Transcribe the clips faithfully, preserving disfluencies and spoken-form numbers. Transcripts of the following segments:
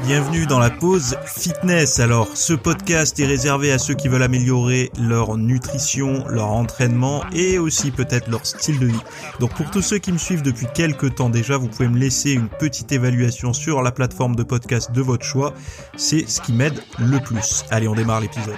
Bienvenue dans la pause fitness. Alors, ce podcast est réservé à ceux qui veulent améliorer leur nutrition, leur entraînement et aussi peut-être leur style de vie. Donc, pour tous ceux qui me suivent depuis quelques temps déjà, vous pouvez me laisser une petite évaluation sur la plateforme de podcast de votre choix. C'est ce qui m'aide le plus. Allez, on démarre l'épisode.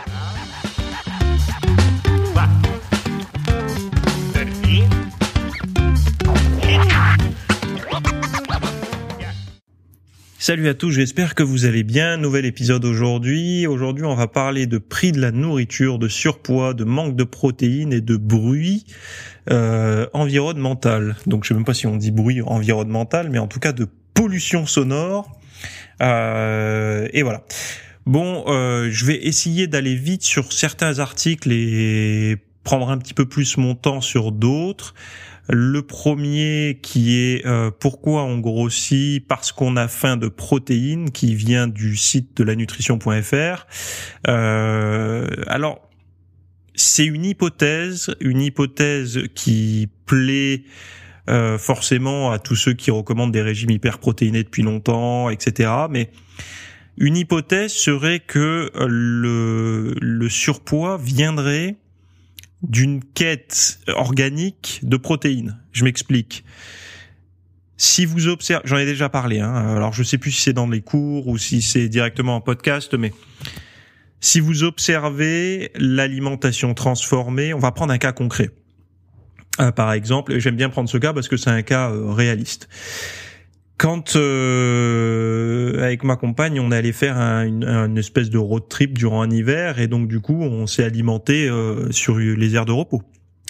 Salut à tous, j'espère que vous allez bien. Nouvel épisode aujourd'hui. Aujourd'hui, on va parler de prix de la nourriture, de surpoids, de manque de protéines et de bruit euh, environnemental. Donc, je sais même pas si on dit bruit environnemental, mais en tout cas de pollution sonore. Euh, et voilà. Bon, euh, je vais essayer d'aller vite sur certains articles et prendre un petit peu plus mon temps sur d'autres. Le premier qui est euh, pourquoi on grossit parce qu'on a faim de protéines, qui vient du site de la nutrition point f r. Euh, alors, c'est une hypothèse, une hypothèse qui plaît euh, forcément à tous ceux qui recommandent des régimes hyperprotéinés depuis longtemps, et cetera. Mais une hypothèse serait que le, le surpoids viendrait d'une quête organique de protéines. Je m'explique. Si vous observez, j'en ai déjà parlé, hein, alors je sais plus si c'est dans les cours ou si c'est directement en podcast, mais si vous observez l'alimentation transformée, on va prendre un cas concret. Euh, par exemple, et j'aime bien prendre ce cas parce que c'est un cas euh, réaliste. Quand euh, avec ma compagne, on est allé faire un, une, une espèce de road trip durant un hiver, et donc du coup, on s'est alimenté euh, sur les aires de repos.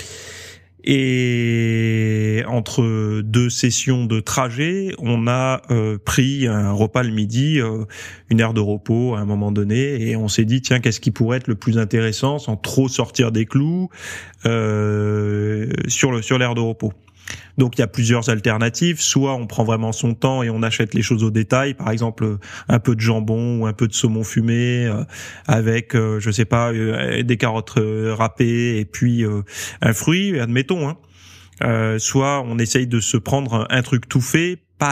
Et entre deux sessions de trajet, on a euh, pris un repas le midi, euh, une aire de repos à un moment donné, et on s'est dit tiens, qu'est-ce qui pourrait être le plus intéressant sans trop sortir des clous euh, sur le sur l'aire de repos. Donc il y a plusieurs alternatives, soit on prend vraiment son temps et on achète les choses au détail, par exemple un peu de jambon ou un peu de saumon fumé euh, avec euh, je sais pas euh, des carottes euh, râpées et puis euh, un fruit, admettons hein. Euh, soit on essaye de se prendre un, un truc tout fait, pas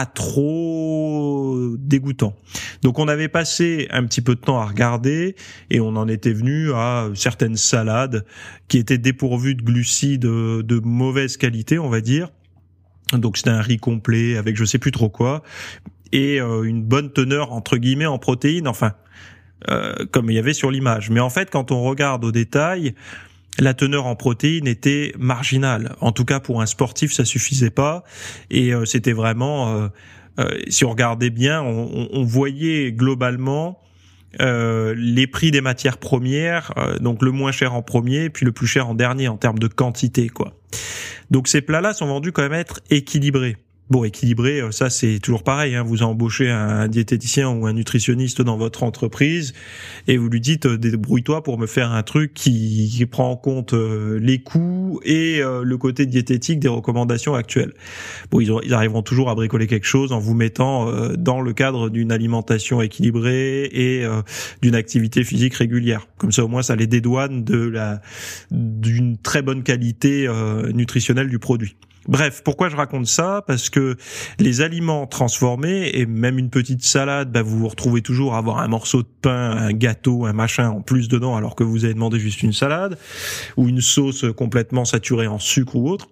trop dégoûtant. Donc on avait passé un petit peu de temps à regarder et on en était venu à certaines salades qui étaient dépourvues de glucides de mauvaise qualité, on va dire. Donc c'était un riz complet avec je sais plus trop quoi et euh, une bonne teneur entre guillemets en protéines, enfin euh, comme il y avait sur l'image. Mais en fait quand on regarde au détail, la teneur en protéines était marginale. En tout cas, pour un sportif, ça suffisait pas. Et euh, c'était vraiment, euh, euh, si on regardait bien, on, on voyait globalement euh, les prix des matières premières, euh, donc le moins cher en premier, puis le plus cher en dernier en termes de quantité, quoi. Donc ces plats-là sont vendus quand même être équilibrés. Bon, équilibré, ça c'est toujours pareil, hein. Vous embauchez un diététicien ou un nutritionniste dans votre entreprise et vous lui dites débrouille-toi pour me faire un truc qui, qui prend en compte euh, les coûts et euh, le côté diététique des recommandations actuelles. Bon, ils, ils arriveront toujours à bricoler quelque chose en vous mettant euh, dans le cadre d'une alimentation équilibrée et euh, d'une activité physique régulière. Comme ça, au moins, ça les dédouane de la d'une très bonne qualité euh, nutritionnelle du produit. Bref, pourquoi je raconte ça ? Parce que les aliments transformés et même une petite salade, bah vous vous retrouvez toujours à avoir un morceau de pain, un gâteau, un machin en plus dedans alors que vous avez demandé juste une salade ou une sauce complètement saturée en sucre ou autre.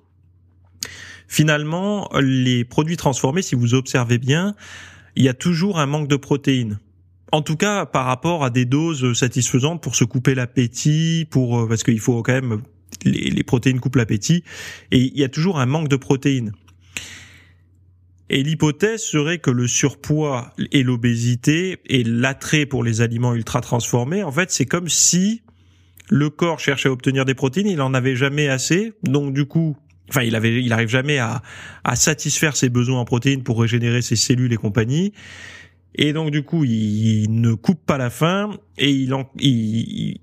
Finalement, les produits transformés, si vous observez bien, il y a toujours un manque de protéines. En tout cas, par rapport à des doses satisfaisantes pour se couper l'appétit, pour parce qu'il faut quand même Les, les protéines coupent l'appétit, et il y a toujours un manque de protéines. Et l'hypothèse serait que le surpoids et l'obésité et l'attrait pour les aliments ultra transformés, en fait, c'est comme si le corps cherchait à obtenir des protéines, il en avait jamais assez, donc du coup, enfin, il avait, il arrive jamais à, à satisfaire ses besoins en protéines pour régénérer ses cellules et compagnie. Et donc du coup, il, il ne coupe pas la faim et il, en, il, il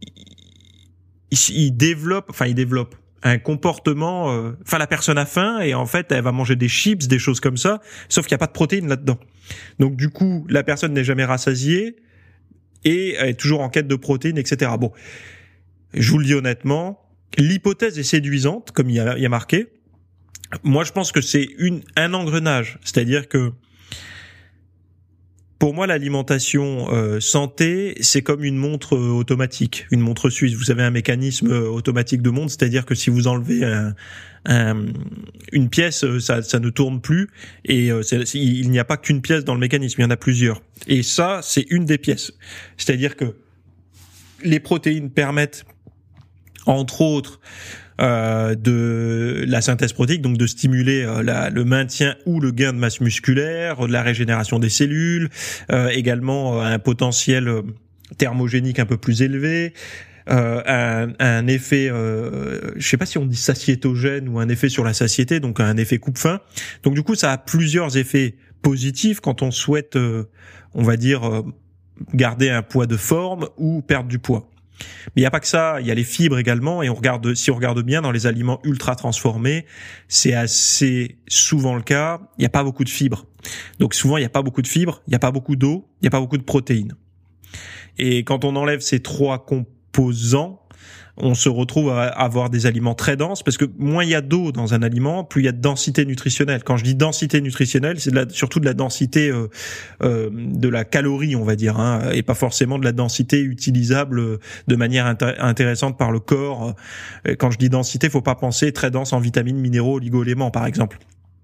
il développe, enfin il développe un comportement, euh, enfin la personne a faim et en fait elle va manger des chips, des choses comme ça, sauf qu'il n'y a pas de protéines là-dedans. Donc du coup la personne n'est jamais rassasiée et est toujours en quête de protéines, et cetera. Bon, je vous le dis honnêtement, l'hypothèse est séduisante, comme il y a, il y a marqué. Moi je pense que c'est une un engrenage, c'est-à-dire que pour moi, l'alimentation euh, santé, c'est comme une montre euh, automatique, une montre suisse. Vous avez un mécanisme euh, automatique de montre, c'est-à-dire que si vous enlevez un, un, une pièce, ça, ça ne tourne plus, et euh, c'est, il n'y a pas qu'une pièce dans le mécanisme, il y en a plusieurs. Et ça, c'est une des pièces. C'est-à-dire que les protéines permettent, entre autres, Euh, de la synthèse protéique, donc de stimuler euh, la, le maintien ou le gain de masse musculaire, de la régénération des cellules, euh, également euh, un potentiel euh, thermogénique un peu plus élevé, euh, un, un effet, euh, je sais pas si on dit satiétogène ou un effet sur la satiété, donc un effet coupe-faim. Donc du coup, ça a plusieurs effets positifs quand on souhaite, euh, on va dire, euh, garder un poids de forme ou perdre du poids. Mais il n'y a pas que ça, il y a les fibres également, et on regarde, si on regarde bien dans les aliments ultra transformés, c'est assez souvent le cas, il n'y a pas beaucoup de fibres. Donc souvent il n'y a pas beaucoup de fibres, il n'y a pas beaucoup d'eau, il n'y a pas beaucoup de protéines. Et quand on enlève ces trois composants, on se retrouve à avoir des aliments très denses, parce que moins il y a d'eau dans un aliment, plus il y a de densité nutritionnelle. Quand je dis densité nutritionnelle, c'est de la, surtout de la densité euh, euh, de la calorie, on va dire, hein, et pas forcément de la densité utilisable de manière intér- intéressante par le corps. Quand je dis densité, faut pas penser très dense en vitamines, minéraux, oligo-éléments, par exemple.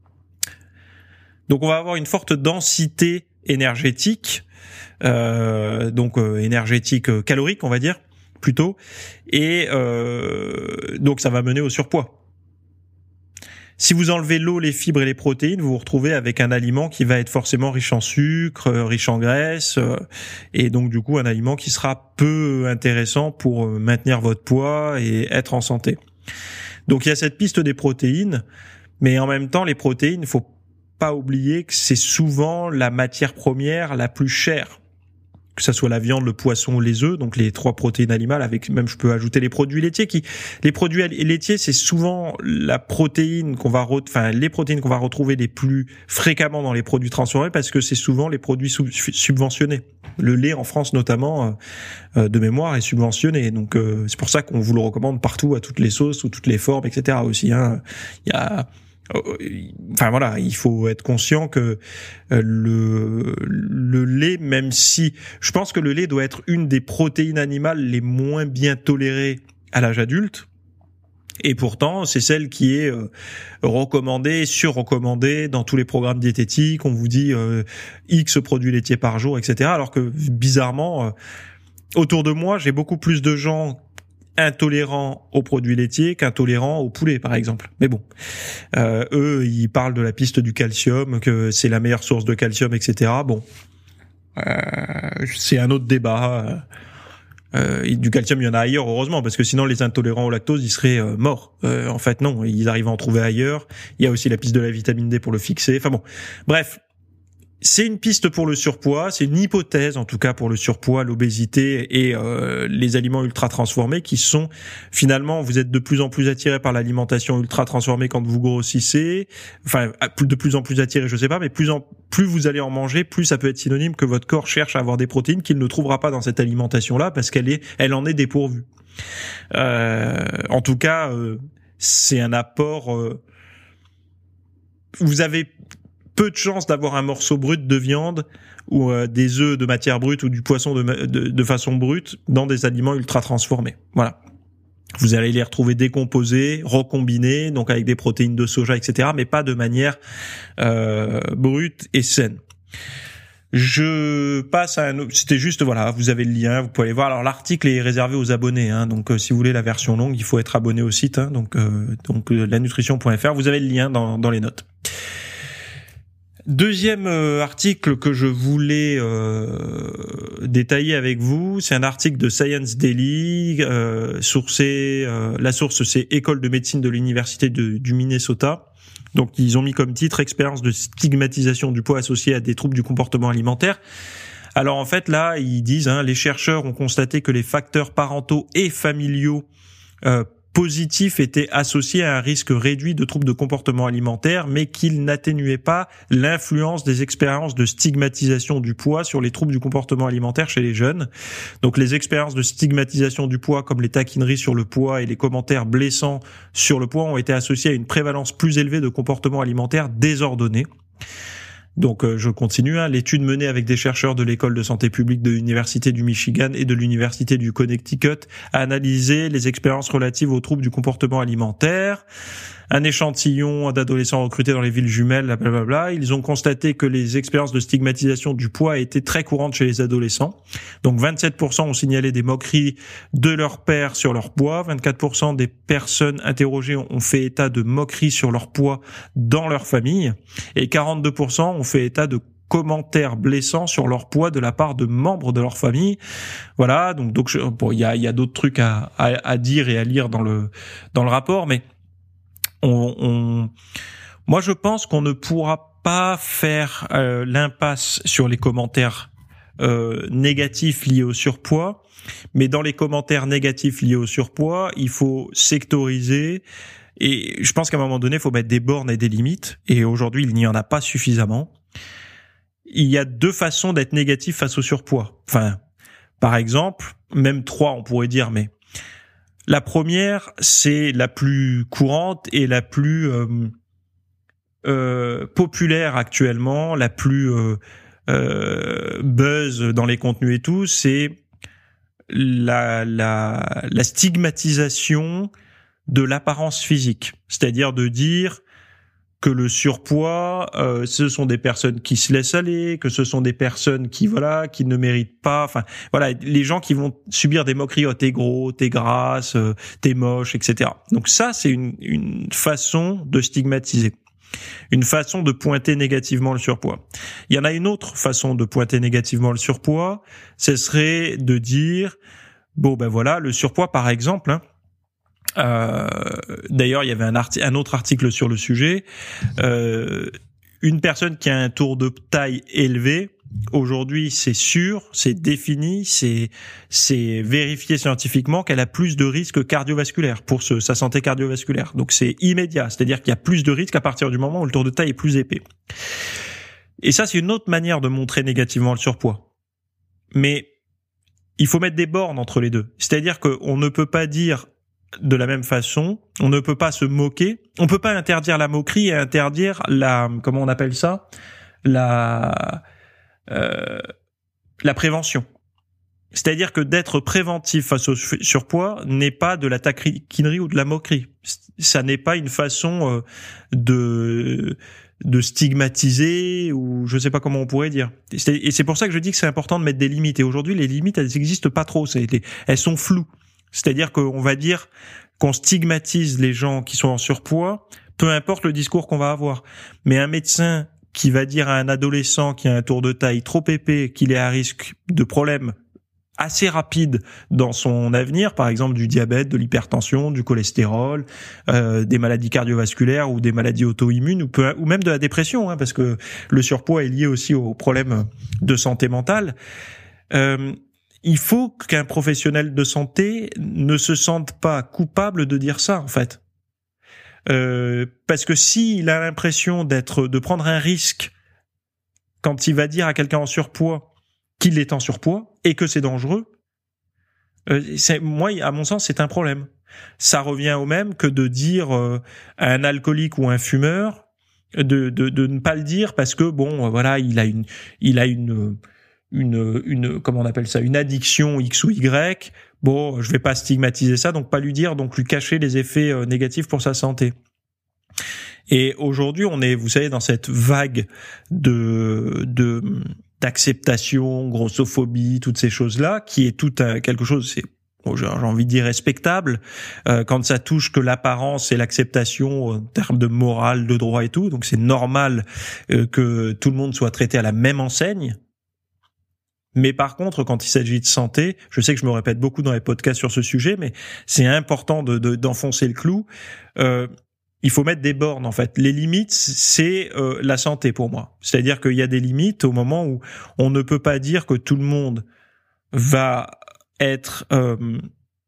Donc on va avoir une forte densité énergétique, euh, donc euh, énergétique euh, calorique, on va dire, plutôt, et euh, donc ça va mener au surpoids. Si vous enlevez l'eau, les fibres et les protéines, vous vous retrouvez avec un aliment qui va être forcément riche en sucre, riche en graisse, euh, et donc du coup un aliment qui sera peu intéressant pour maintenir votre poids et être en santé. Donc il y a cette piste des protéines, mais en même temps les protéines, il faut pas oublier que c'est souvent la matière première la plus chère, que ça soit la viande, le poisson ou les œufs, donc les trois protéines animales, avec même je peux ajouter les produits laitiers. Qui, les produits laitiers, c'est souvent la protéine qu'on va, re, enfin les protéines qu'on va retrouver les plus fréquemment dans les produits transformés, parce que c'est souvent les produits sub, subventionnés. Le lait en France notamment, euh, de mémoire, est subventionné, donc euh, c'est pour ça qu'on vous le recommande partout, à toutes les sauces, sous toutes les formes, et cetera. Aussi, hein. Il y a Enfin voilà, il faut être conscient que le le lait, même si je pense que le lait doit être une des protéines animales les moins bien tolérées à l'âge adulte, et pourtant c'est celle qui est euh, recommandée, surrecommandée dans tous les programmes diététiques. On vous dit euh, X produits laitiers par jour, et cetera. Alors que bizarrement, euh, autour de moi, j'ai beaucoup plus de gens intolérants aux produits laitiers qu'intolérants au poulet, par exemple. Mais bon, euh, eux, ils parlent de la piste du calcium, que c'est la meilleure source de calcium, et cetera. Bon, euh, c'est un autre débat. Euh, du calcium, il y en a ailleurs, heureusement, parce que sinon les intolérants au lactose, ils seraient euh, morts. Euh, en fait, non, ils arrivent à en trouver ailleurs. Il y a aussi la piste de la vitamine D pour le fixer. Enfin bon, bref. C'est une piste pour le surpoids, c'est une hypothèse en tout cas pour le surpoids, l'obésité et euh, les aliments ultra transformés, qui sont finalement, vous êtes de plus en plus attiré par l'alimentation ultra transformée quand vous grossissez, enfin de plus en plus attiré, je sais pas, mais plus en plus vous allez en manger, plus ça peut être synonyme que votre corps cherche à avoir des protéines qu'il ne trouvera pas dans cette alimentation-là, parce qu'elle est, elle en est dépourvue. Euh, en tout cas, euh, c'est un apport. Euh, vous avez peu de chances d'avoir un morceau brut de viande ou euh, des œufs de matière brute ou du poisson de, de, de façon brute dans des aliments ultra transformés. Voilà. Vous allez les retrouver décomposés, recombinés, donc avec des protéines de soja, et cetera, mais pas de manière euh, brute et saine. Je passe à un autre, c'était juste, voilà, vous avez le lien, vous pouvez aller voir. Alors l'article est réservé aux abonnés, hein, donc euh, si vous voulez la version longue, il faut être abonné au site, hein, donc euh, donc euh, lanutrition point f r. Vous avez le lien dans dans les notes. Deuxième euh, article que je voulais euh, détailler avec vous, c'est un article de Science Daily, euh, sourcé, euh, la source c'est École de médecine de l'université de, du Minnesota. Donc ils ont mis comme titre expérience de stigmatisation du poids associé à des troubles du comportement alimentaire. Alors en fait là ils disent, hein, les chercheurs ont constaté que les facteurs parentaux et familiaux euh, positif était associé à un risque réduit de troubles de comportement alimentaire, mais qu'il n'atténuait pas l'influence des expériences de stigmatisation du poids sur les troubles du comportement alimentaire chez les jeunes. Donc les expériences de stigmatisation du poids, comme les taquineries sur le poids et les commentaires blessants sur le poids, ont été associées à une prévalence plus élevée de comportements alimentaires désordonnés. Donc euh, je continue, hein. L'étude menée avec des chercheurs de l'école de santé publique de l'Université du Michigan et de l'Université du Connecticut a analysé les expériences relatives aux troubles du comportement alimentaire. Un échantillon d'adolescents recrutés dans les villes jumelles, blablabla. Ils ont constaté que les expériences de stigmatisation du poids étaient très courantes chez les adolescents. Donc vingt-sept pour cent ont signalé des moqueries de leurs pairs sur leur poids. vingt-quatre pour cent des personnes interrogées ont fait état de moqueries sur leur poids dans leur famille. Et quarante-deux pour cent ont fait état de commentaires blessants sur leur poids de la part de membres de leur famille. Voilà. Donc, donc, je, bon, il y a, il y a d'autres trucs à, à, à dire et à lire dans le, dans le rapport, mais On, on, moi, je pense qu'on ne pourra pas faire euh, l'impasse sur les commentaires euh, négatifs liés au surpoids, mais dans les commentaires négatifs liés au surpoids, il faut sectoriser. Et je pense qu'à un moment donné, il faut mettre des bornes et des limites. Et aujourd'hui, il n'y en a pas suffisamment. Il y a deux façons d'être négatif face au surpoids. Enfin, par exemple, même trois, on pourrait dire, mais la première, c'est la plus courante et la plus euh, euh, populaire actuellement, la plus euh, euh, buzz dans les contenus et tout, c'est la, la, la stigmatisation de l'apparence physique. C'est-à-dire de dire que le surpoids, euh, ce sont des personnes qui se laissent aller, que ce sont des personnes qui, voilà, qui ne méritent pas, enfin, voilà, les gens qui vont subir des moqueries, oh, t'es gros, t'es grasse, euh, t'es moche, et cetera. Donc ça, c'est une, une façon de stigmatiser, une façon de pointer négativement le surpoids. Il y en a une autre façon de pointer négativement le surpoids, ce serait de dire, bon, ben voilà, le surpoids, par exemple, hein, Euh, d'ailleurs, il y avait un, arti- un autre article sur le sujet. Euh, une personne qui a un tour de taille élevé, aujourd'hui, c'est sûr, c'est défini, c'est c'est vérifié scientifiquement qu'elle a plus de risques cardiovasculaires pour ce, sa santé cardiovasculaire. Donc c'est immédiat, c'est-à-dire qu'il y a plus de risques à partir du moment où le tour de taille est plus épais. Et ça, c'est une autre manière de montrer négativement le surpoids. Mais il faut mettre des bornes entre les deux. C'est-à-dire qu'on ne peut pas dire de la même façon, on ne peut pas se moquer, on peut pas interdire la moquerie et interdire la, comment on appelle ça, la, euh, la prévention. C'est-à-dire que d'être préventif face au surpoids n'est pas de la taquinerie ou de la moquerie. Ça n'est pas une façon de de stigmatiser ou je sais pas comment on pourrait dire. Et c'est pour ça que je dis que c'est important de mettre des limites. Et aujourd'hui, les limites, elles n'existent pas trop. Elles sont floues. C'est-à-dire qu'on va dire qu'on stigmatise les gens qui sont en surpoids, peu importe le discours qu'on va avoir. Mais un médecin qui va dire à un adolescent qui a un tour de taille trop épais qu'il est à risque de problèmes assez rapides dans son avenir, par exemple du diabète, de l'hypertension, du cholestérol, euh, des maladies cardiovasculaires ou des maladies auto-immunes ou, peu, ou même de la dépression, hein, parce que le surpoids est lié aussi aux problèmes de santé mentale. Euh, Il faut qu'un professionnel de santé ne se sente pas coupable de dire ça, en fait. Euh, parce que s'il a l'impression d'être, de prendre un risque quand il va dire à quelqu'un en surpoids qu'il est en surpoids et que c'est dangereux, euh, c'est, moi, à mon sens, c'est un problème. Ça revient au même que de dire euh, à un alcoolique ou un fumeur de, de, de ne pas le dire parce que bon, voilà, il a une, il a une une une comment on appelle ça, une addiction X ou Y. Bon, je vais pas stigmatiser ça, donc pas lui dire, donc lui cacher les effets euh, négatifs pour sa santé. Et aujourd'hui, on est, vous savez, dans cette vague de de d'acceptation, grossophobie, toutes ces choses-là, qui est tout un, quelque chose, c'est j'ai envie de dire respectable, euh, quand ça touche que l'apparence et l'acceptation en termes de morale, de droit et tout. Donc c'est normal euh, que tout le monde soit traité à la même enseigne. Mais par contre, quand il s'agit de santé, je sais que je me répète beaucoup dans les podcasts sur ce sujet, mais c'est important de, de, d'enfoncer le clou. Euh, il faut mettre des bornes, en fait. Les limites, c'est euh, la santé pour moi. C'est-à-dire qu'il y a des limites au moment où on ne peut pas dire que tout le monde va être euh,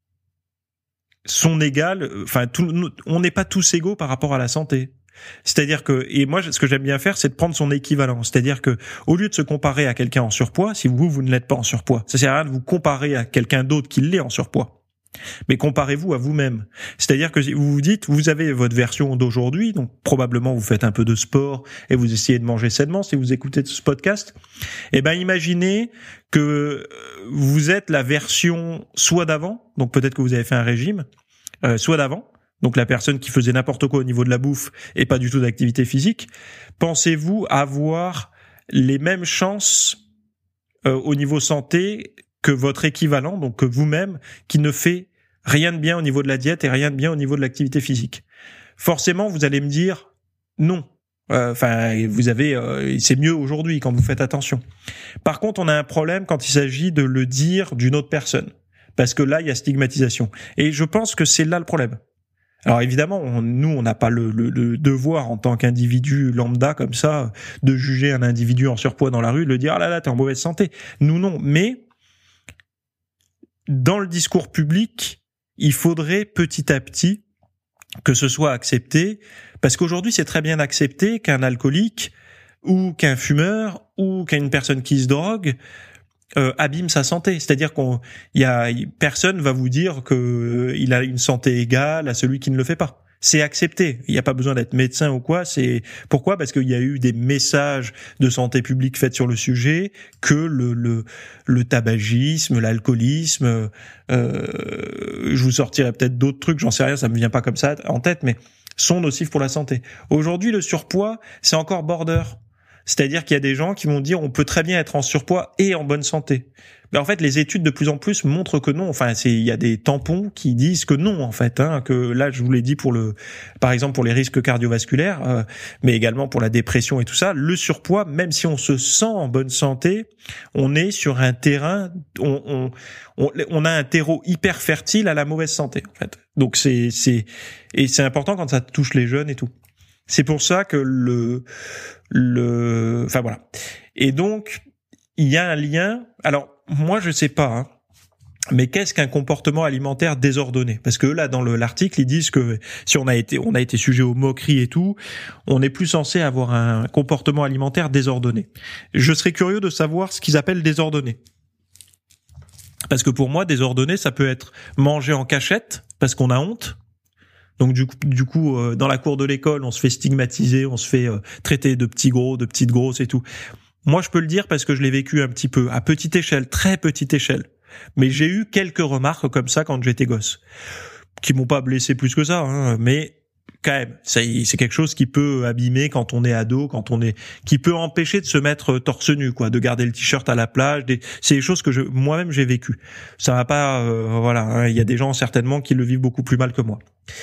son égal. Enfin, tout, on n'est pas tous égaux par rapport à la santé. C'est-à-dire que, et moi, ce que j'aime bien faire, c'est de prendre son équivalent. C'est-à-dire que, au lieu de se comparer à quelqu'un en surpoids, si vous, vous ne l'êtes pas en surpoids, ça sert à rien de vous comparer à quelqu'un d'autre qui l'est en surpoids. Mais comparez-vous à vous-même. C'est-à-dire que vous vous dites, vous avez votre version d'aujourd'hui, donc probablement vous faites un peu de sport et vous essayez de manger sainement si vous écoutez ce podcast. Eh ben, imaginez que vous êtes la version soit d'avant, donc peut-être que vous avez fait un régime, euh, soit d'avant, donc la personne qui faisait n'importe quoi au niveau de la bouffe et pas du tout d'activité physique. Pensez-vous avoir les mêmes chances euh, au niveau santé que votre équivalent, donc que vous-même, qui ne fait rien de bien au niveau de la diète et rien de bien au niveau de l'activité physique? Forcément, vous allez me dire non. Enfin, euh, vous avez, euh, c'est mieux aujourd'hui quand vous faites attention. Par contre, on a un problème quand il s'agit de le dire d'une autre personne, parce que là, il y a stigmatisation. Et je pense que c'est là le problème. Alors évidemment, on, nous, on n'a pas le, le, le devoir en tant qu'individu lambda comme ça de juger un individu en surpoids dans la rue, de le dire ah là là, t'es en mauvaise santé. Nous non, mais dans le discours public, il faudrait petit à petit que ce soit accepté, parce qu'aujourd'hui c'est très bien accepté qu'un alcoolique ou qu'un fumeur ou qu'une personne qui se drogue euh, abîme sa santé. C'est-à-dire qu'on, il y a personne va vous dire que euh, il a une santé égale à celui qui ne le fait pas. C'est accepté. Il n'y a pas besoin d'être médecin ou quoi. C'est pourquoi? Parce qu'il y a eu des messages de santé publique faits sur le sujet que le le, le tabagisme, l'alcoolisme. Euh, je vous sortirai peut-être d'autres trucs. J'en sais rien. Ça me vient pas comme ça en tête, mais sont nocifs pour la santé. Aujourd'hui, le surpoids, c'est encore border. C'est-à-dire qu'il y a des gens qui vont dire on peut très bien être en surpoids et en bonne santé. Mais en fait, les études de plus en plus montrent que non. Enfin, c'est il y a des tampons qui disent que non en fait. Hein, que là, je vous l'ai dit pour le, par exemple pour les risques cardiovasculaires, euh, mais également pour la dépression et tout ça. Le surpoids, même si on se sent en bonne santé, on est sur un terrain, on on on, on a un terreau hyper fertile à la mauvaise santé en fait. Donc c'est c'est et c'est important quand ça touche les jeunes et tout. C'est pour ça que le le enfin voilà. Et donc il y a un lien. Alors moi je sais pas hein, mais qu'est-ce qu'un comportement alimentaire désordonné? Parce que là dans le, l'article ils disent que si on a été on a été sujet aux moqueries et tout, on n'est plus censé avoir un comportement alimentaire désordonné. Je serais curieux de savoir ce qu'ils appellent désordonné. Parce que pour moi désordonné ça peut être manger en cachette parce qu'on a honte. Donc du coup, du coup euh, dans la cour de l'école, on se fait stigmatiser, on se fait euh, traiter de petits gros, de petites grosses et tout. Moi, je peux le dire parce que je l'ai vécu un petit peu, à petite échelle, très petite échelle. Mais j'ai eu quelques remarques comme ça quand j'étais gosse, qui m'ont pas blessé plus que ça, hein, mais quand même, c'est, c'est quelque chose qui peut abîmer quand on est ado, quand on est, qui peut empêcher de se mettre torse nu, quoi, de garder le t-shirt à la plage. Des, c'est des choses que je, moi-même, j'ai vécu. Ça va pas, euh, voilà, hein, il y a des gens certainement qui le vivent beaucoup plus mal que moi.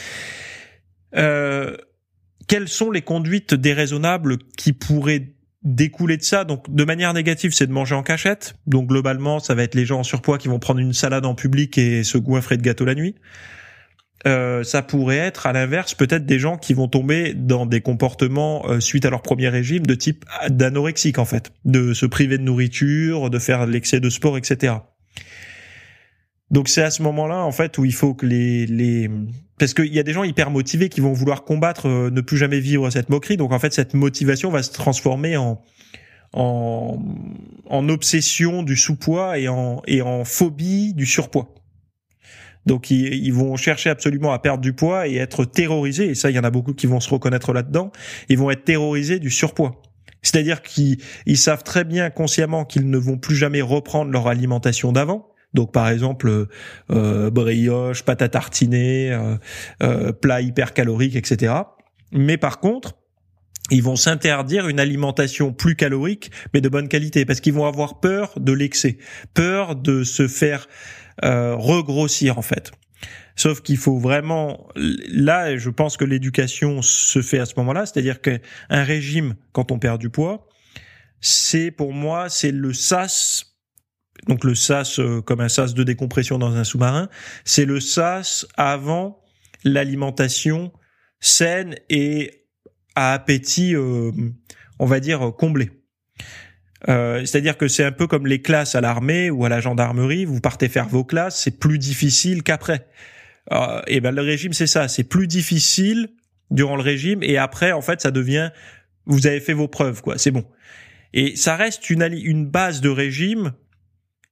Euh, quelles sont les conduites déraisonnables qui pourraient découler de ça? Donc, de manière négative, c'est de manger en cachette. Donc, globalement, ça va être les gens en surpoids qui vont prendre une salade en public et se goinfrer de gâteau la nuit. Euh, ça pourrait être, à l'inverse, peut-être des gens qui vont tomber dans des comportements euh, suite à leur premier régime de type d'anorexique, en fait, de se priver de nourriture, de faire l'excès de sport, et cetera. Donc c'est à ce moment-là en fait où il faut que les les parce qu'il y a des gens hyper motivés qui vont vouloir combattre euh, ne plus jamais vivre cette moquerie. Donc en fait cette motivation va se transformer en en en obsession du sous-poids et en et en phobie du surpoids. Donc ils, ils vont chercher absolument à perdre du poids et être terrorisés, et ça il y en a beaucoup qui vont se reconnaître là-dedans, ils vont être terrorisés du surpoids. C'est-à-dire qu'ils ils savent très bien consciemment qu'ils ne vont plus jamais reprendre leur alimentation d'avant. Donc par exemple euh, brioche, pâte à tartiner, euh, euh, plats hyper caloriques, et cetera. Mais par contre, ils vont s'interdire une alimentation plus calorique, mais de bonne qualité, parce qu'ils vont avoir peur de l'excès, peur de se faire euh, regrossir en fait. Sauf qu'il faut vraiment, là, je pense que l'éducation se fait à ce moment-là, c'est-à-dire qu'un régime, quand on perd du poids, c'est pour moi, c'est le sas. Donc le sas euh, comme un sas de décompression dans un sous-marin, c'est le sas avant l'alimentation saine et à appétit, euh, on va dire, comblé. Euh, c'est-à-dire que c'est un peu comme les classes à l'armée ou à la gendarmerie, vous partez faire vos classes, c'est plus difficile qu'après. Euh, et ben le régime c'est ça, c'est plus difficile durant le régime et après en fait ça devient, vous avez fait vos preuves quoi, c'est bon. Et ça reste une, une base de régime.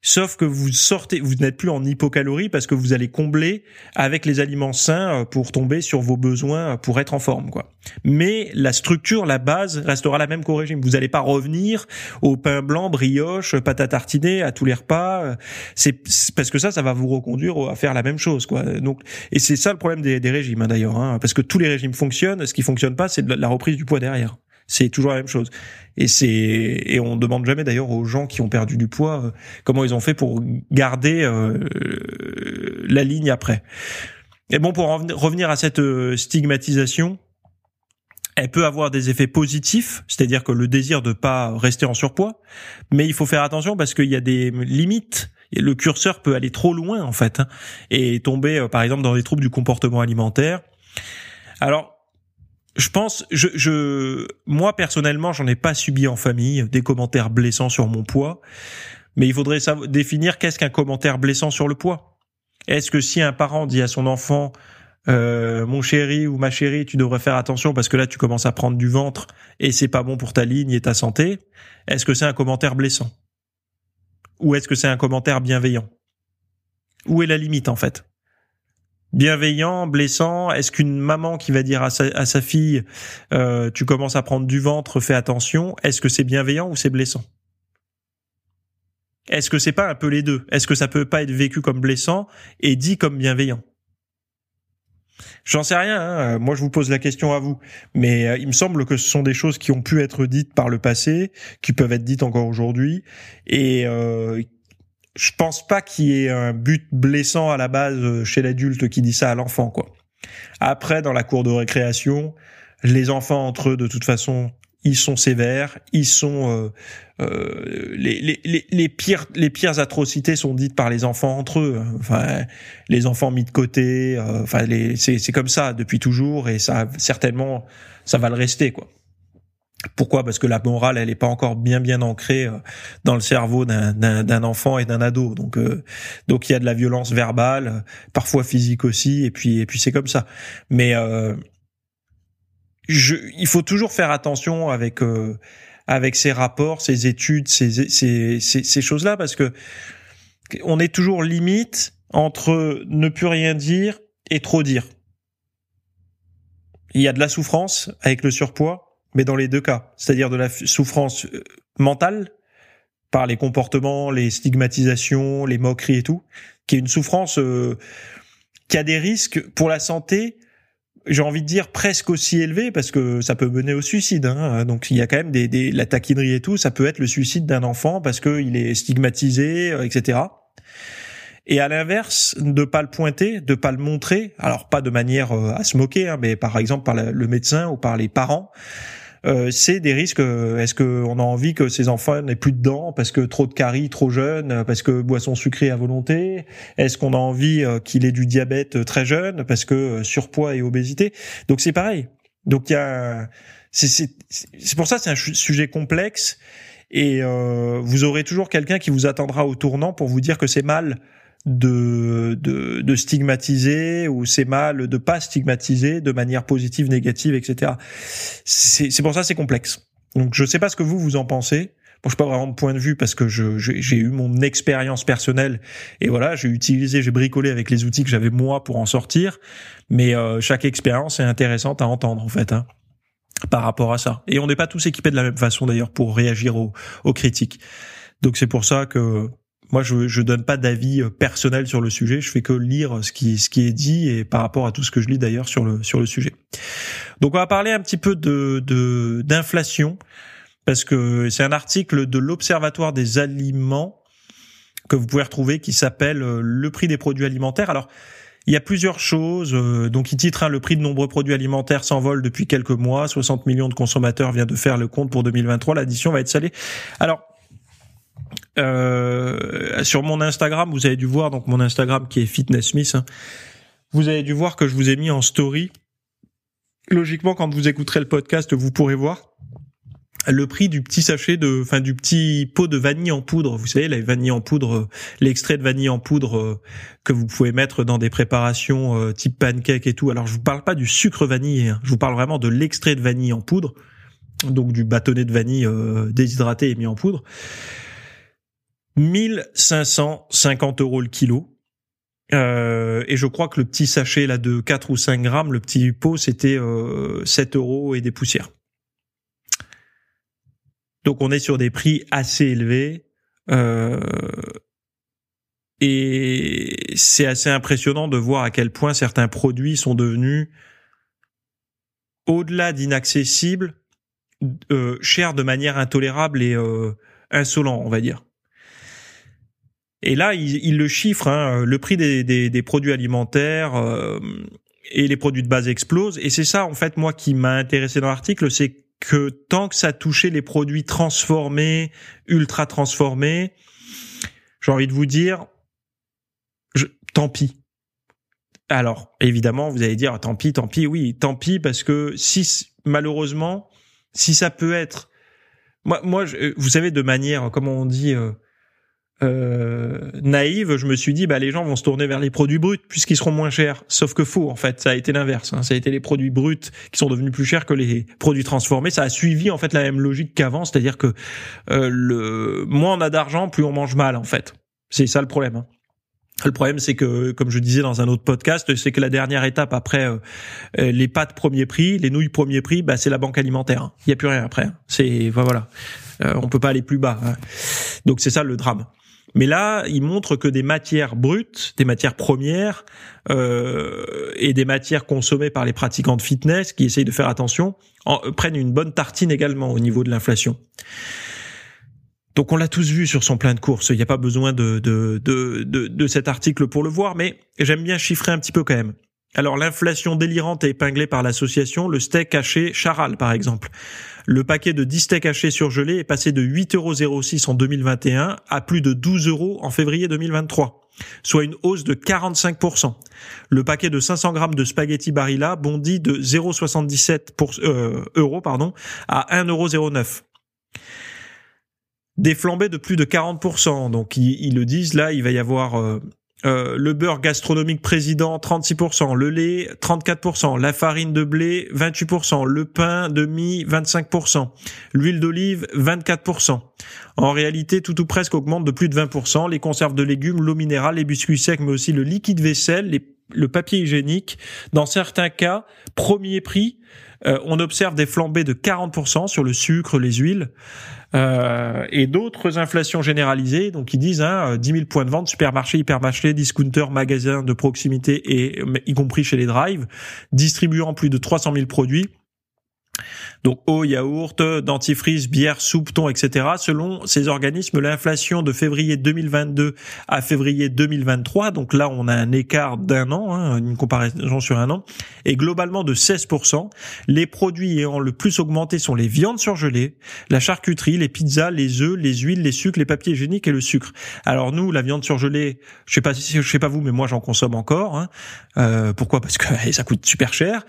Sauf que vous sortez, vous n'êtes plus en hypocalorie parce que vous allez combler avec les aliments sains pour tomber sur vos besoins pour être en forme, quoi. Mais la structure, la base restera la même qu'au régime. Vous n'allez pas revenir au pain blanc, brioche, pâte à tartiner à tous les repas. C'est, c'est parce que ça, ça va vous reconduire à faire la même chose, quoi. Donc, et c'est ça le problème des, des régimes, hein, d'ailleurs, hein, parce que tous les régimes fonctionnent. Ce qui fonctionne pas, c'est de la reprise du poids derrière. C'est toujours la même chose. Et c'est et on demande jamais d'ailleurs aux gens qui ont perdu du poids euh, comment ils ont fait pour garder euh, la ligne après. Et bon, pour en revenir à cette stigmatisation, elle peut avoir des effets positifs, c'est-à-dire que le désir de pas rester en surpoids, mais il faut faire attention parce qu'il y a des limites. Le curseur peut aller trop loin en fait, hein, et tomber euh, par exemple dans des troubles du comportement alimentaire. Alors Je pense, je, je, moi personnellement, j'en ai pas subi en famille des commentaires blessants sur mon poids, mais il faudrait savoir, définir qu'est-ce qu'un commentaire blessant sur le poids. Est-ce que si un parent dit à son enfant, euh, mon chéri ou ma chérie, tu devrais faire attention parce que là tu commences à prendre du ventre et c'est pas bon pour ta ligne et ta santé, est-ce que c'est un commentaire blessant? Ou est-ce que c'est un commentaire bienveillant? Où est la limite en fait? Bienveillant, blessant, est-ce qu'une maman qui va dire à sa, à sa fille euh, tu commences à prendre du ventre, fais attention, est-ce que c'est bienveillant ou c'est blessant? Est-ce que c'est pas un peu les deux? Est-ce que ça peut pas être vécu comme blessant et dit comme bienveillant? J'en sais rien, hein. Moi je vous pose la question à vous, mais euh, il me semble que ce sont des choses qui ont pu être dites par le passé, qui peuvent être dites encore aujourd'hui, et euh, je pense pas qu'il y ait un but blessant à la base chez l'adulte qui dit ça à l'enfant, quoi. Après, dans la cour de récréation, les enfants entre eux, de toute façon, ils sont sévères, ils sont euh, euh, les, les les les pires les pires atrocités sont dites par les enfants entre eux. Enfin, les enfants mis de côté. Euh, enfin, les c'est c'est comme ça depuis toujours et ça certainement ça va le rester, quoi. Pourquoi? Parce que la morale, elle est pas encore bien bien ancrée dans le cerveau d'un d'un, d'un enfant et d'un ado. Donc euh, donc il y a de la violence verbale, parfois physique aussi, et puis et puis c'est comme ça. Mais euh, je, il faut toujours faire attention avec euh, avec ces rapports, ces études, ces ces ces, ces choses-là, parce que on est toujours limite entre ne plus rien dire et trop dire. Il y a de la souffrance avec le surpoids, mais dans les deux cas, c'est-à-dire de la souffrance mentale par les comportements, les stigmatisations, les moqueries et tout, qui est une souffrance euh, qui a des risques pour la santé, j'ai envie de dire presque aussi élevés, parce que ça peut mener au suicide, hein. Donc il y a quand même des, des la taquinerie et tout, ça peut être le suicide d'un enfant parce que il est stigmatisé, et cetera. Et à l'inverse, de pas le pointer, de pas le montrer, alors pas de manière à se moquer, hein, mais par exemple par le médecin ou par les parents, euh, c'est des risques. Est-ce qu'on a envie que ces enfants n'aient plus de dents parce que trop de caries trop jeunes, parce que boisson sucrée à volonté? Est-ce qu'on a envie qu'il ait du diabète très jeune parce que surpoids et obésité? Donc c'est pareil. Donc il y a, c'est c'est c'est pour ça c'est un sujet complexe et euh, vous aurez toujours quelqu'un qui vous attendra au tournant pour vous dire que c'est mal de, de, de stigmatiser, ou c'est mal de pas stigmatiser de manière positive, négative, et cetera. C'est, c'est pour ça c'est complexe. Donc je sais pas ce que vous vous en pensez. Bon, je peux pas vraiment de point de vue parce que je, je j'ai eu mon expérience personnelle et voilà, j'ai utilisé, j'ai bricolé avec les outils que j'avais moi pour en sortir. Mais euh, chaque expérience est intéressante à entendre en fait, hein, par rapport à ça. Et on n'est pas tous équipés de la même façon d'ailleurs pour réagir aux, aux critiques. Donc c'est pour ça que moi, je je donne pas d'avis personnel sur le sujet. Je fais que lire ce qui ce qui est dit et par rapport à tout ce que je lis d'ailleurs sur le sur le sujet. Donc, on va parler un petit peu de de d'inflation parce que c'est un article de l'Observatoire des aliments que vous pouvez retrouver qui s'appelle Le prix des produits alimentaires. Alors, il y a plusieurs choses. Donc, il titre hein, le prix de nombreux produits alimentaires s'envole depuis quelques mois. soixante millions de consommateurs viennent de faire le compte pour deux mille vingt-trois. L'addition va être salée. Alors. Euh, sur mon Instagram, vous avez dû voir, donc mon Instagram qui est Fitness Smith, hein, vous avez dû voir que je vous ai mis en story. Logiquement, quand vous écouterez le podcast, vous pourrez voir le prix du petit sachet de, enfin du petit pot de vanille en poudre. Vous savez, la vanille en poudre, l'extrait de vanille en poudre euh, que vous pouvez mettre dans des préparations euh, type pancake et tout. Alors, je vous parle pas du sucre vanillé, hein, je vous parle vraiment de l'extrait de vanille en poudre, donc du bâtonnet de vanille euh, déshydraté et mis en poudre. mille cinq cent cinquante euros le kilo. Euh, et je crois que le petit sachet là de quatre ou cinq grammes, le petit pot, c'était euh, sept euros et des poussières. Donc on est sur des prix assez élevés. Euh, et c'est assez impressionnant de voir à quel point certains produits sont devenus, au-delà d'inaccessibles, euh, chers de manière intolérable et euh, insolent, on va dire. Et là, il, il le chiffre, hein, le prix des, des, des produits alimentaires euh, et les produits de base explosent. Et c'est ça, en fait, moi, qui m'a intéressé dans l'article, c'est que tant que ça touchait les produits transformés, ultra transformés, j'ai envie de vous dire, je, tant pis. Alors, évidemment, vous allez dire, tant pis, tant pis, oui, tant pis, parce que si, malheureusement, si ça peut être, moi, moi, je, vous savez, de manière, comment on dit, euh, Euh, naïve, je me suis dit bah les gens vont se tourner vers les produits bruts puisqu'ils seront moins chers. Sauf que faux, en fait, ça a été l'inverse. Hein. Ça a été les produits bruts qui sont devenus plus chers que les produits transformés. Ça a suivi en fait la même logique qu'avant, c'est-à-dire que euh, le moins on a d'argent, plus on mange mal en fait. C'est ça le problème. Hein. Le problème, c'est que, comme je disais dans un autre podcast, c'est que la dernière étape après euh, les pâtes premier prix, les nouilles premier prix, bah c'est la banque alimentaire. Hein. Il y a plus rien après. Hein. C'est bah, voilà, euh, on peut pas aller plus bas. Hein. Donc c'est ça le drame. Mais là, il montre que des matières brutes, des matières premières euh, et des matières consommées par les pratiquants de fitness qui essayent de faire attention en, prennent une bonne tartine également au niveau de l'inflation. Donc on l'a tous vu sur son plein de courses. Il n'y a pas besoin de, de, de, de, de cet article pour le voir, mais j'aime bien chiffrer un petit peu quand même. Alors l'inflation délirante est épinglée par l'association, le steak haché Charal par exemple. Le paquet de dix steaks hachés surgelés est passé de huit euros zéro six en deux mille vingt et un à plus de douze euros en février deux mille vingt-trois, soit une hausse de quarante-cinq pour cent. Le paquet de cinq cents grammes de spaghetti Barilla bondit de zéro virgule soixante-dix-sept pour, euh, euros pardon, à un euro zéro neuf. Des flambées de plus de quarante pour cent. Donc ils, ils le disent là, il va y avoir euh, euh, le beurre gastronomique président trente-six pour cent, le lait trente-quatre pour cent, la farine de blé vingt-huit pour cent, le pain de mie vingt-cinq pour cent, l'huile d'olive vingt-quatre pour cent. En réalité, tout ou presque augmente de plus de vingt pour cent. Les conserves de légumes, l'eau minérale, les biscuits secs, mais aussi le liquide vaisselle, les, le papier hygiénique. Dans certains cas, premier prix, euh, on observe des flambées de quarante pour cent sur le sucre, les huiles. Euh, et d'autres inflations généralisées, donc ils disent hein, dix mille points de vente, supermarchés, hypermarchés, discounters, magasins de proximité et y compris chez les drives, distribuant plus de trois cent mille produits. Donc eau, yaourt, dentifrice, bière, soupe, thon, et cetera. Selon ces organismes, l'inflation de février deux mille vingt-deux à février deux mille vingt-trois, donc là on a un écart d'un an, hein, une comparaison sur un an, est globalement de seize pour cent. Les produits ayant le plus augmenté sont les viandes surgelées, la charcuterie, les pizzas, les œufs, les huiles, les sucres, les papiers hygiéniques et le sucre. Alors nous, la viande surgelée, je sais pas, je sais pas vous, mais moi j'en consomme encore. Hein. Euh, pourquoi ? Parce que ça coûte super cher.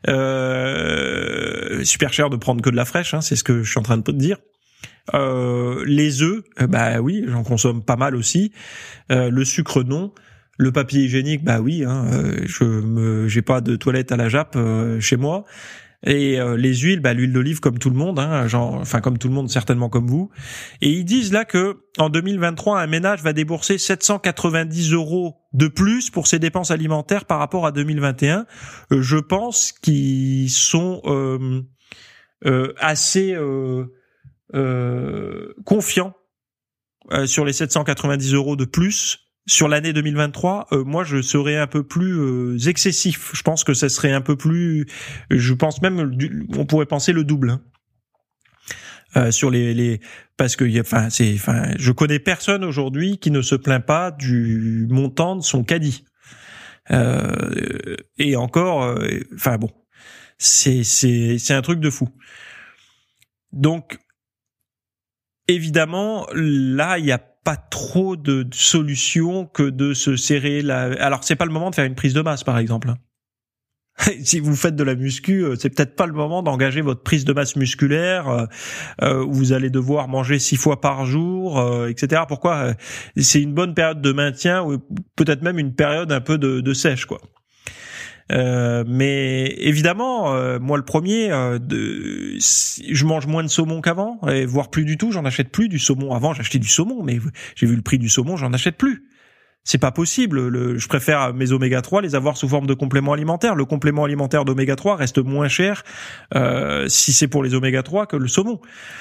Euh, super cher de prendre que de la fraîche, hein, c'est ce que je suis en train de te dire. Euh, les œufs, euh, bah oui, j'en consomme pas mal aussi. Euh, le sucre non. Le papier hygiénique, bah oui, hein, euh, je me, j'ai pas de toilette à la jappe euh, chez moi. Et euh, les huiles, bah l'huile d'olive comme tout le monde, hein, genre, enfin comme tout le monde, certainement comme vous. Et ils disent là que en deux mille vingt-trois, un ménage va débourser sept cent quatre-vingt-dix euros de plus pour ses dépenses alimentaires par rapport à deux mille vingt et un. Euh, je pense qu'ils sont euh, Euh, assez euh, euh, confiant euh, sur les sept cent quatre-vingt-dix euros de plus sur l'année deux mille vingt-trois. Euh, moi, je serais un peu plus euh, excessif. Je pense que ça serait un peu plus. Je pense même, on pourrait penser le double. Hein. Euh, sur les, les parce que enfin c'est enfin je connais personne aujourd'hui qui ne se plaint pas du montant de son caddie. Euh, et encore, enfin euh, bon. C'est, c'est, c'est un truc de fou. Donc, évidemment, là, il n'y a pas trop de solutions que de se serrer la... Alors, c'est pas le moment de faire une prise de masse, par exemple. Si vous faites de la muscu, c'est peut-être pas le moment d'engager votre prise de masse musculaire, euh, où vous allez devoir manger six fois par jour, euh, et cetera. Pourquoi ? C'est une bonne période de maintien, ou peut-être même une période un peu de, de sèche, quoi. Euh, mais évidemment, euh, moi le premier, euh, de, je mange moins de saumon qu'avant, et voire plus du tout. J'en achète plus du saumon. Avant, j'achetais du saumon, mais j'ai vu le prix du saumon, j'en achète plus. C'est pas possible. Le, je préfère mes oméga trois les avoir sous forme de complément alimentaire. Le complément alimentaire d'oméga trois reste moins cher euh, si c'est pour les oméga trois que le saumon.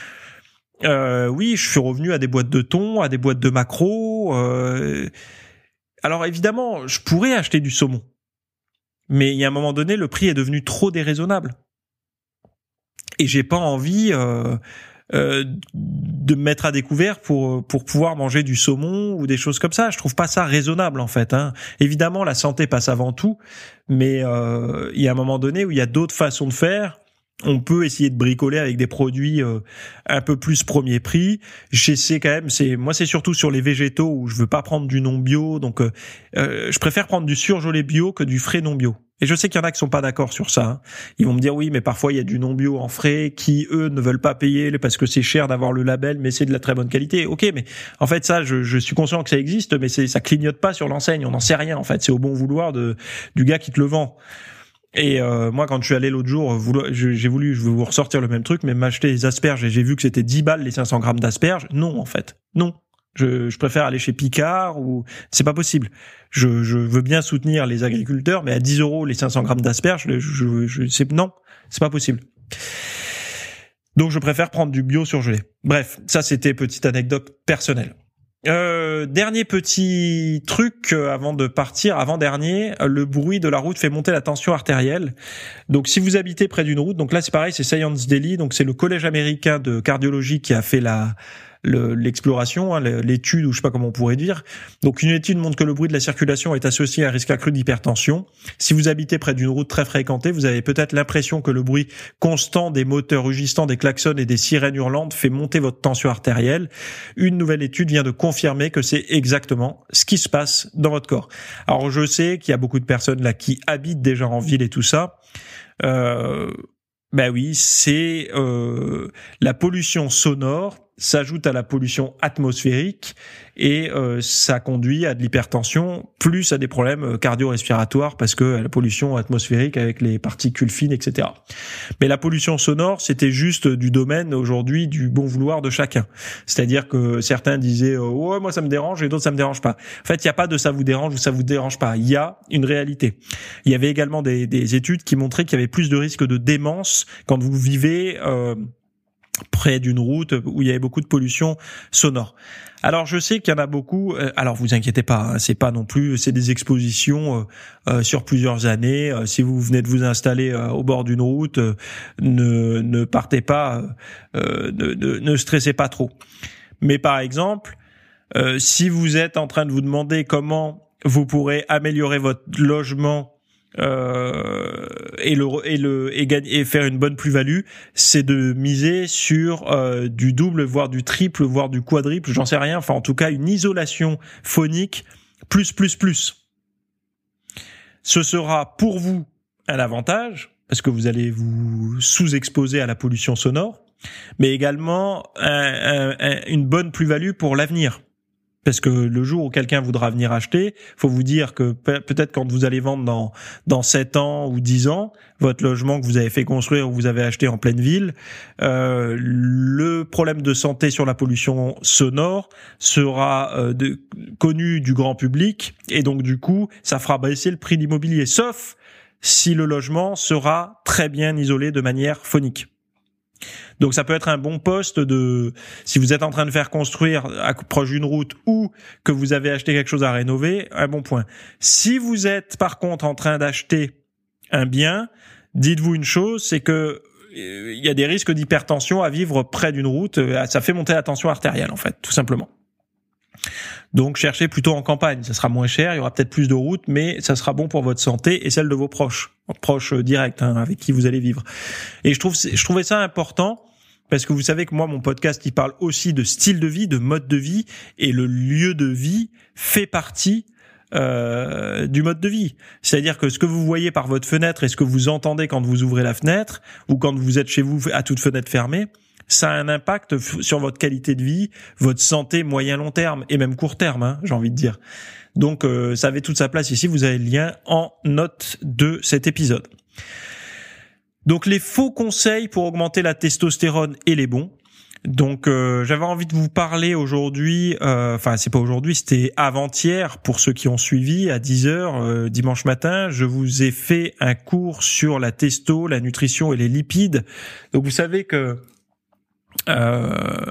Euh, oui, je suis revenu à des boîtes de thon, à des boîtes de maquereau. Euh... Alors évidemment, je pourrais acheter du saumon. Mais il y a un moment donné, le prix est devenu trop déraisonnable. Et j'ai pas envie euh, euh, de me mettre à découvert pour pour pouvoir manger du saumon ou des choses comme ça. Je trouve pas ça raisonnable en fait. Hein. Évidemment, la santé passe avant tout, mais euh, il y a un moment donné où il y a d'autres façons de faire. On peut essayer de bricoler avec des produits euh, un peu plus premier prix. J'essaie quand même. C'est moi, c'est surtout sur les végétaux où je veux pas prendre du non bio. Donc, euh, euh, je préfère prendre du surgelé bio que du frais non bio. Et je sais qu'il y en a qui sont pas d'accord sur ça. Hein. Ils vont me dire oui, mais parfois il y a du non bio en frais qui eux ne veulent pas payer parce que c'est cher d'avoir le label, mais c'est de la très bonne qualité. Ok, mais en fait ça, je, je suis conscient que ça existe, mais c'est ça clignote pas sur l'enseigne. On n'en sait rien en fait. C'est au bon vouloir de du gars qui te le vend. Et euh, moi, quand je suis allé l'autre jour, j'ai voulu, je veux vous ressortir le même truc, mais m'acheter des asperges et j'ai vu que c'était dix balles les cinq cents grammes d'asperges. Non, en fait, non. Je, je préfère aller chez Picard ou c'est pas possible. Je, je veux bien soutenir les agriculteurs, mais à dix euros les cinq cents grammes d'asperges, je, je, je c'est non, c'est pas possible. Donc, je préfère prendre du bio surgelé. Bref, ça c'était petite anecdote personnelle. Euh, dernier petit truc euh, avant de partir, avant dernier, euh, le bruit de la route fait monter la tension artérielle. Donc si vous habitez près d'une route, donc là c'est pareil, c'est Science Daily, donc c'est le collège américain de cardiologie qui a fait la le, l'exploration, hein, l'étude, ou je sais pas comment on pourrait dire. Donc une étude montre que le bruit de la circulation est associé à un risque accru d'hypertension. Si vous habitez près d'une route très fréquentée, vous avez peut-être l'impression que le bruit constant des moteurs rugissants, des klaxons et des sirènes hurlantes fait monter votre tension artérielle. Une nouvelle étude vient de confirmer que c'est exactement ce qui se passe dans votre corps. Alors je sais qu'il y a beaucoup de personnes là qui habitent déjà en ville et tout ça. Euh, ben oui, c'est euh, la pollution sonore s'ajoute à la pollution atmosphérique et euh, ça conduit à de l'hypertension plus à des problèmes cardio-respiratoires parce que la pollution atmosphérique avec les particules fines, et cetera. Mais la pollution sonore, c'était juste du domaine aujourd'hui du bon vouloir de chacun. C'est-à-dire que certains disaient euh, « ouais, moi ça me dérange » et d'autres « ça me dérange pas ». En fait, il n'y a pas de « ça vous dérange » ou « ça vous dérange pas ». Il y a une réalité. Il y avait également des, des études qui montraient qu'il y avait plus de risques de démence quand vous vivez euh, près d'une route où il y avait beaucoup de pollution sonore. Alors je sais qu'il y en a beaucoup. Euh, alors vous inquiétez pas, hein, c'est pas non plus, c'est des expositions euh, euh, sur plusieurs années. Euh, si vous venez de vous installer euh, au bord d'une route, euh, ne ne partez pas, euh, ne, ne, ne stressez pas trop. Mais par exemple, euh, si vous êtes en train de vous demander comment vous pourrez améliorer votre logement Euh, et le et le et gagner et faire une bonne plus-value, c'est de miser sur euh, du double, voire du triple, voire du quadruple, j'en sais rien. Enfin, en tout cas, une isolation phonique plus plus plus. Ce sera pour vous un avantage parce que vous allez vous sous-exposer à la pollution sonore, mais également un, un, un, une bonne plus-value pour l'avenir. Parce que le jour où quelqu'un voudra venir acheter, faut vous dire que peut-être quand vous allez vendre dans dans sept ans ou dix ans, votre logement que vous avez fait construire ou vous avez acheté en pleine ville, euh, le problème de santé sur la pollution sonore sera euh, de, connu du grand public et donc du coup, ça fera baisser le prix de l'immobilier, sauf si le logement sera très bien isolé de manière phonique. Donc ça peut être un bon poste de si vous êtes en train de faire construire à, proche d'une route ou que vous avez acheté quelque chose à rénover, un bon point. Si vous êtes par contre en train d'acheter un bien, dites-vous une chose, c'est que il y a des risques d'hypertension à vivre près d'une route, ça fait monter la tension artérielle en fait, tout simplement. Donc cherchez plutôt en campagne, ça sera moins cher, il y aura peut-être plus de routes, mais ça sera bon pour votre santé et celle de vos proches, proches directs hein, avec qui vous allez vivre. Et je trouve je trouvais ça important parce que vous savez que moi mon podcast il parle aussi de style de vie, de mode de vie et le lieu de vie fait partie euh, du mode de vie. C'est-à-dire que ce que vous voyez par votre fenêtre et ce que vous entendez quand vous ouvrez la fenêtre ou quand vous êtes chez vous à toute fenêtre fermée, ça a un impact sur votre qualité de vie, votre santé moyen long terme et même court terme, hein, j'ai envie de dire. Donc euh, ça avait toute sa place ici, vous avez le lien en note de cet épisode. Donc les faux conseils pour augmenter la testostérone et les bons. Donc euh, j'avais envie de vous parler aujourd'hui, euh, enfin c'est pas aujourd'hui, c'était avant-hier pour ceux qui ont suivi à dix heures euh, dimanche matin, je vous ai fait un cours sur la testo, la nutrition et les lipides. Donc vous savez que euh,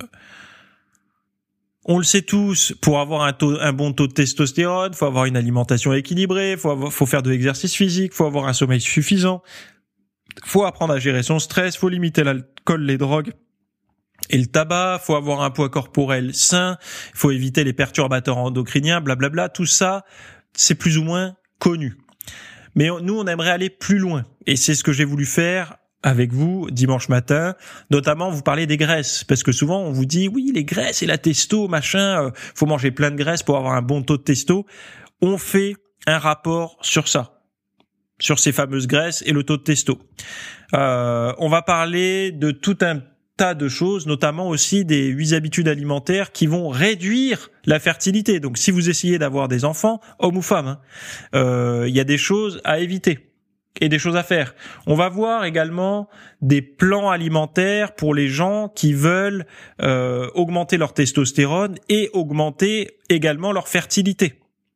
on le sait tous, pour avoir un, taux, un bon taux de testostérone, faut avoir une alimentation équilibrée, faut, avoir, faut faire de l'exercice physique, faut avoir un sommeil suffisant, faut apprendre à gérer son stress, faut limiter l'alcool, les drogues et le tabac, faut avoir un poids corporel sain, faut éviter les perturbateurs endocriniens, blablabla. Tout ça, c'est plus ou moins connu. Mais nous, on aimerait aller plus loin. Et c'est ce que j'ai voulu faire avec vous dimanche matin, notamment vous parler des graisses, parce que souvent on vous dit oui les graisses et la testo machin, euh, faut manger plein de graisses pour avoir un bon taux de testo. On fait un rapport sur ça, sur ces fameuses graisses et le taux de testo. Euh, on va parler de tout un tas de choses, notamment aussi des huit habitudes alimentaires qui vont réduire la fertilité. Donc si vous essayez d'avoir des enfants, hommes ou femmes, hein, euh, il y a des choses à éviter. Et des choses à faire. On va voir également des plans alimentaires pour les gens qui veulent euh, augmenter leur testostérone et augmenter également leur fertilité.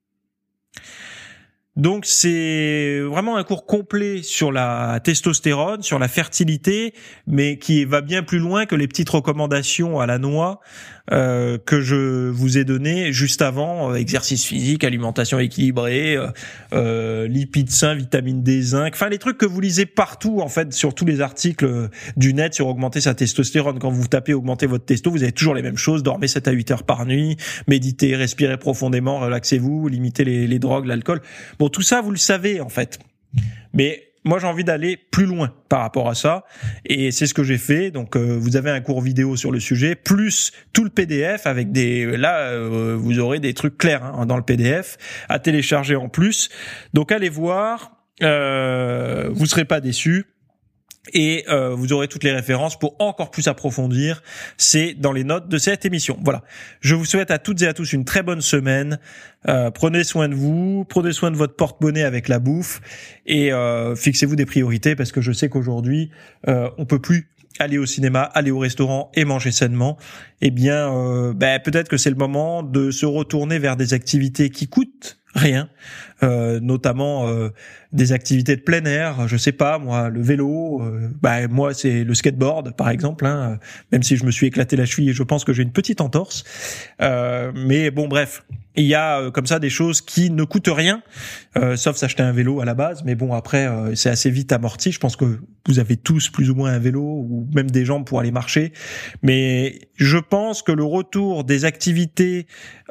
Donc c'est vraiment un cours complet sur la testostérone, sur la fertilité, mais qui va bien plus loin que les petites recommandations à la noix euh, que je vous ai données juste avant, euh, exercice physique, alimentation équilibrée, euh, euh, lipides sains, vitamine D, zinc, enfin les trucs que vous lisez partout en fait sur tous les articles du net sur augmenter sa testostérone. Quand vous tapez augmenter votre testo, vous avez toujours les mêmes choses, dormez sept à huit heures par nuit, méditez, respirez profondément, relaxez-vous, limitez les, les drogues, l'alcool. Bon, tout ça, vous le savez, en fait. Mais moi, j'ai envie d'aller plus loin par rapport à ça. Et c'est ce que j'ai fait. Donc, euh, vous avez un cours vidéo sur le sujet, plus tout le P D F avec des... Là, euh, vous aurez des trucs clairs hein, dans le P D F à télécharger en plus. Donc, allez voir. Euh, vous serez pas déçus. Et euh, vous aurez toutes les références pour encore plus approfondir. C'est dans les notes de cette émission. Voilà. Je vous souhaite à toutes et à tous une très bonne semaine. Euh, prenez soin de vous, prenez soin de votre porte-monnaie avec la bouffe et euh, fixez-vous des priorités parce que je sais qu'aujourd'hui euh, on peut plus aller au cinéma, aller au restaurant et manger sainement. Eh bien, euh, ben, peut-être que c'est le moment de se retourner vers des activités qui coûtent rien, euh, notamment euh, des activités de plein air, je sais pas moi, le vélo, euh, bah moi c'est le skateboard par exemple, hein, même si je me suis éclaté la cheville et je pense que j'ai une petite entorse, euh, mais bon bref, il y a euh, comme ça des choses qui ne coûtent rien, euh, sauf s'acheter un vélo à la base, mais bon après euh, c'est assez vite amorti, je pense que vous avez tous plus ou moins un vélo ou même des jambes pour aller marcher, mais je pense que le retour des activités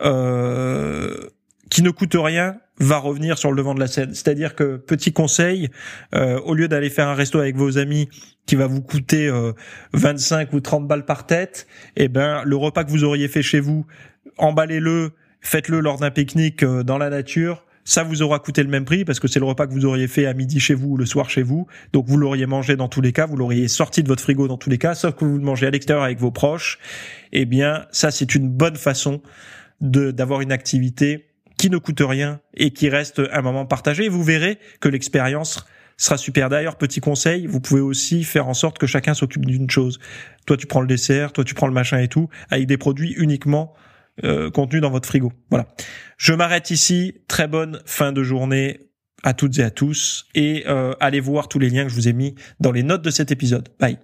euh, qui ne coûte rien va revenir sur le devant de la scène. C'est-à-dire que, petit conseil, euh, au lieu d'aller faire un resto avec vos amis qui va vous coûter euh, vingt-cinq ou trente balles par tête, eh ben le repas que vous auriez fait chez vous, emballez-le, faites-le lors d'un pique-nique euh, dans la nature, ça vous aura coûté le même prix parce que c'est le repas que vous auriez fait à midi chez vous ou le soir chez vous. Donc vous l'auriez mangé dans tous les cas, vous l'auriez sorti de votre frigo dans tous les cas, sauf que vous le mangez à l'extérieur avec vos proches. Eh bien, ça c'est une bonne façon de d'avoir une activité qui ne coûte rien et qui reste un moment partagé. Et vous verrez que l'expérience sera super. D'ailleurs, petit conseil, vous pouvez aussi faire en sorte que chacun s'occupe d'une chose. Toi, tu prends le dessert, toi, tu prends le machin et tout, avec des produits uniquement euh, contenus dans votre frigo. Voilà. Je m'arrête ici. Très bonne fin de journée à toutes et à tous. Et euh, allez voir tous les liens que je vous ai mis dans les notes de cet épisode. Bye.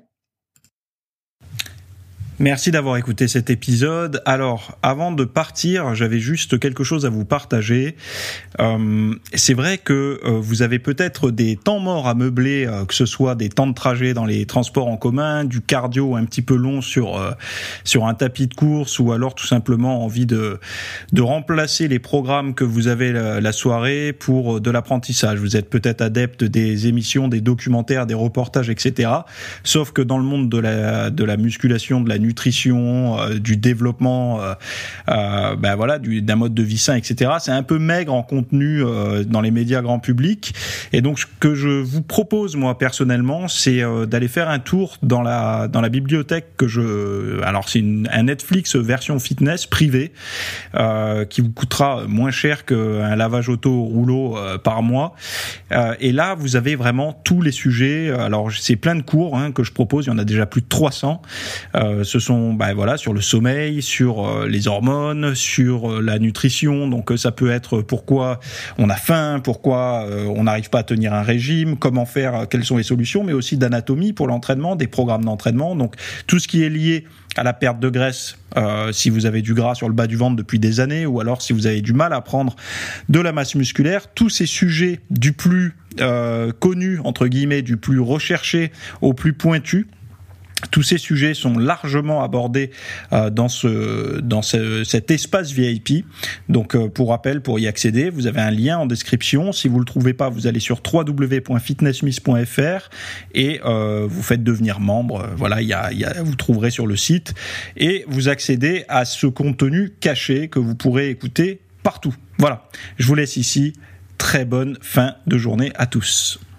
Merci d'avoir écouté cet épisode. Alors, avant de partir, j'avais juste quelque chose à vous partager. Euh, c'est vrai que euh, vous avez peut-être des temps morts à meubler, euh, que ce soit des temps de trajet dans les transports en commun, du cardio un petit peu long sur euh, sur un tapis de course, ou alors tout simplement envie de de remplacer les programmes que vous avez la, la soirée pour de l'apprentissage. Vous êtes peut-être adepte des émissions, des documentaires, des reportages, et cetera. Sauf que dans le monde de la de la musculation, de la nutrition, nutrition, euh, du développement, euh, euh, ben voilà, du, d'un mode de vie sain, et cetera. C'est un peu maigre en contenu euh, dans les médias grand public. Et donc, ce que je vous propose, moi, personnellement, c'est euh, d'aller faire un tour dans la dans la bibliothèque que je... Alors, c'est une, un Netflix version fitness privée euh, qui vous coûtera moins cher qu'un lavage auto au rouleau euh, par mois. Euh, et là, vous avez vraiment tous les sujets. Alors, c'est plein de cours hein, que je propose. Il y en a déjà plus de trois cents. Euh, ce sont, ben voilà, sur le sommeil, sur euh, les hormones, sur euh, la nutrition. Donc, euh, ça peut être pourquoi on a faim, pourquoi euh, on n'arrive pas à tenir un régime, comment faire, euh, quelles sont les solutions, mais aussi d'anatomie pour l'entraînement, des programmes d'entraînement. Donc, tout ce qui est lié à la perte de graisse, euh, si vous avez du gras sur le bas du ventre depuis des années, ou alors si vous avez du mal à prendre de la masse musculaire, tous ces sujets du plus euh, connu, entre guillemets, du plus recherché au plus pointu, tous ces sujets sont largement abordés euh, dans ce dans ce, cet espace V I P. Donc, euh, pour rappel, pour y accéder, vous avez un lien en description. Si vous le trouvez pas, vous allez sur w w w point fitnessmiss point f r et euh, vous faites devenir membre. Voilà, il y a, il y a, vous trouverez sur le site et vous accédez à ce contenu caché que vous pourrez écouter partout. Voilà, je vous laisse ici. Très bonne fin de journée à tous.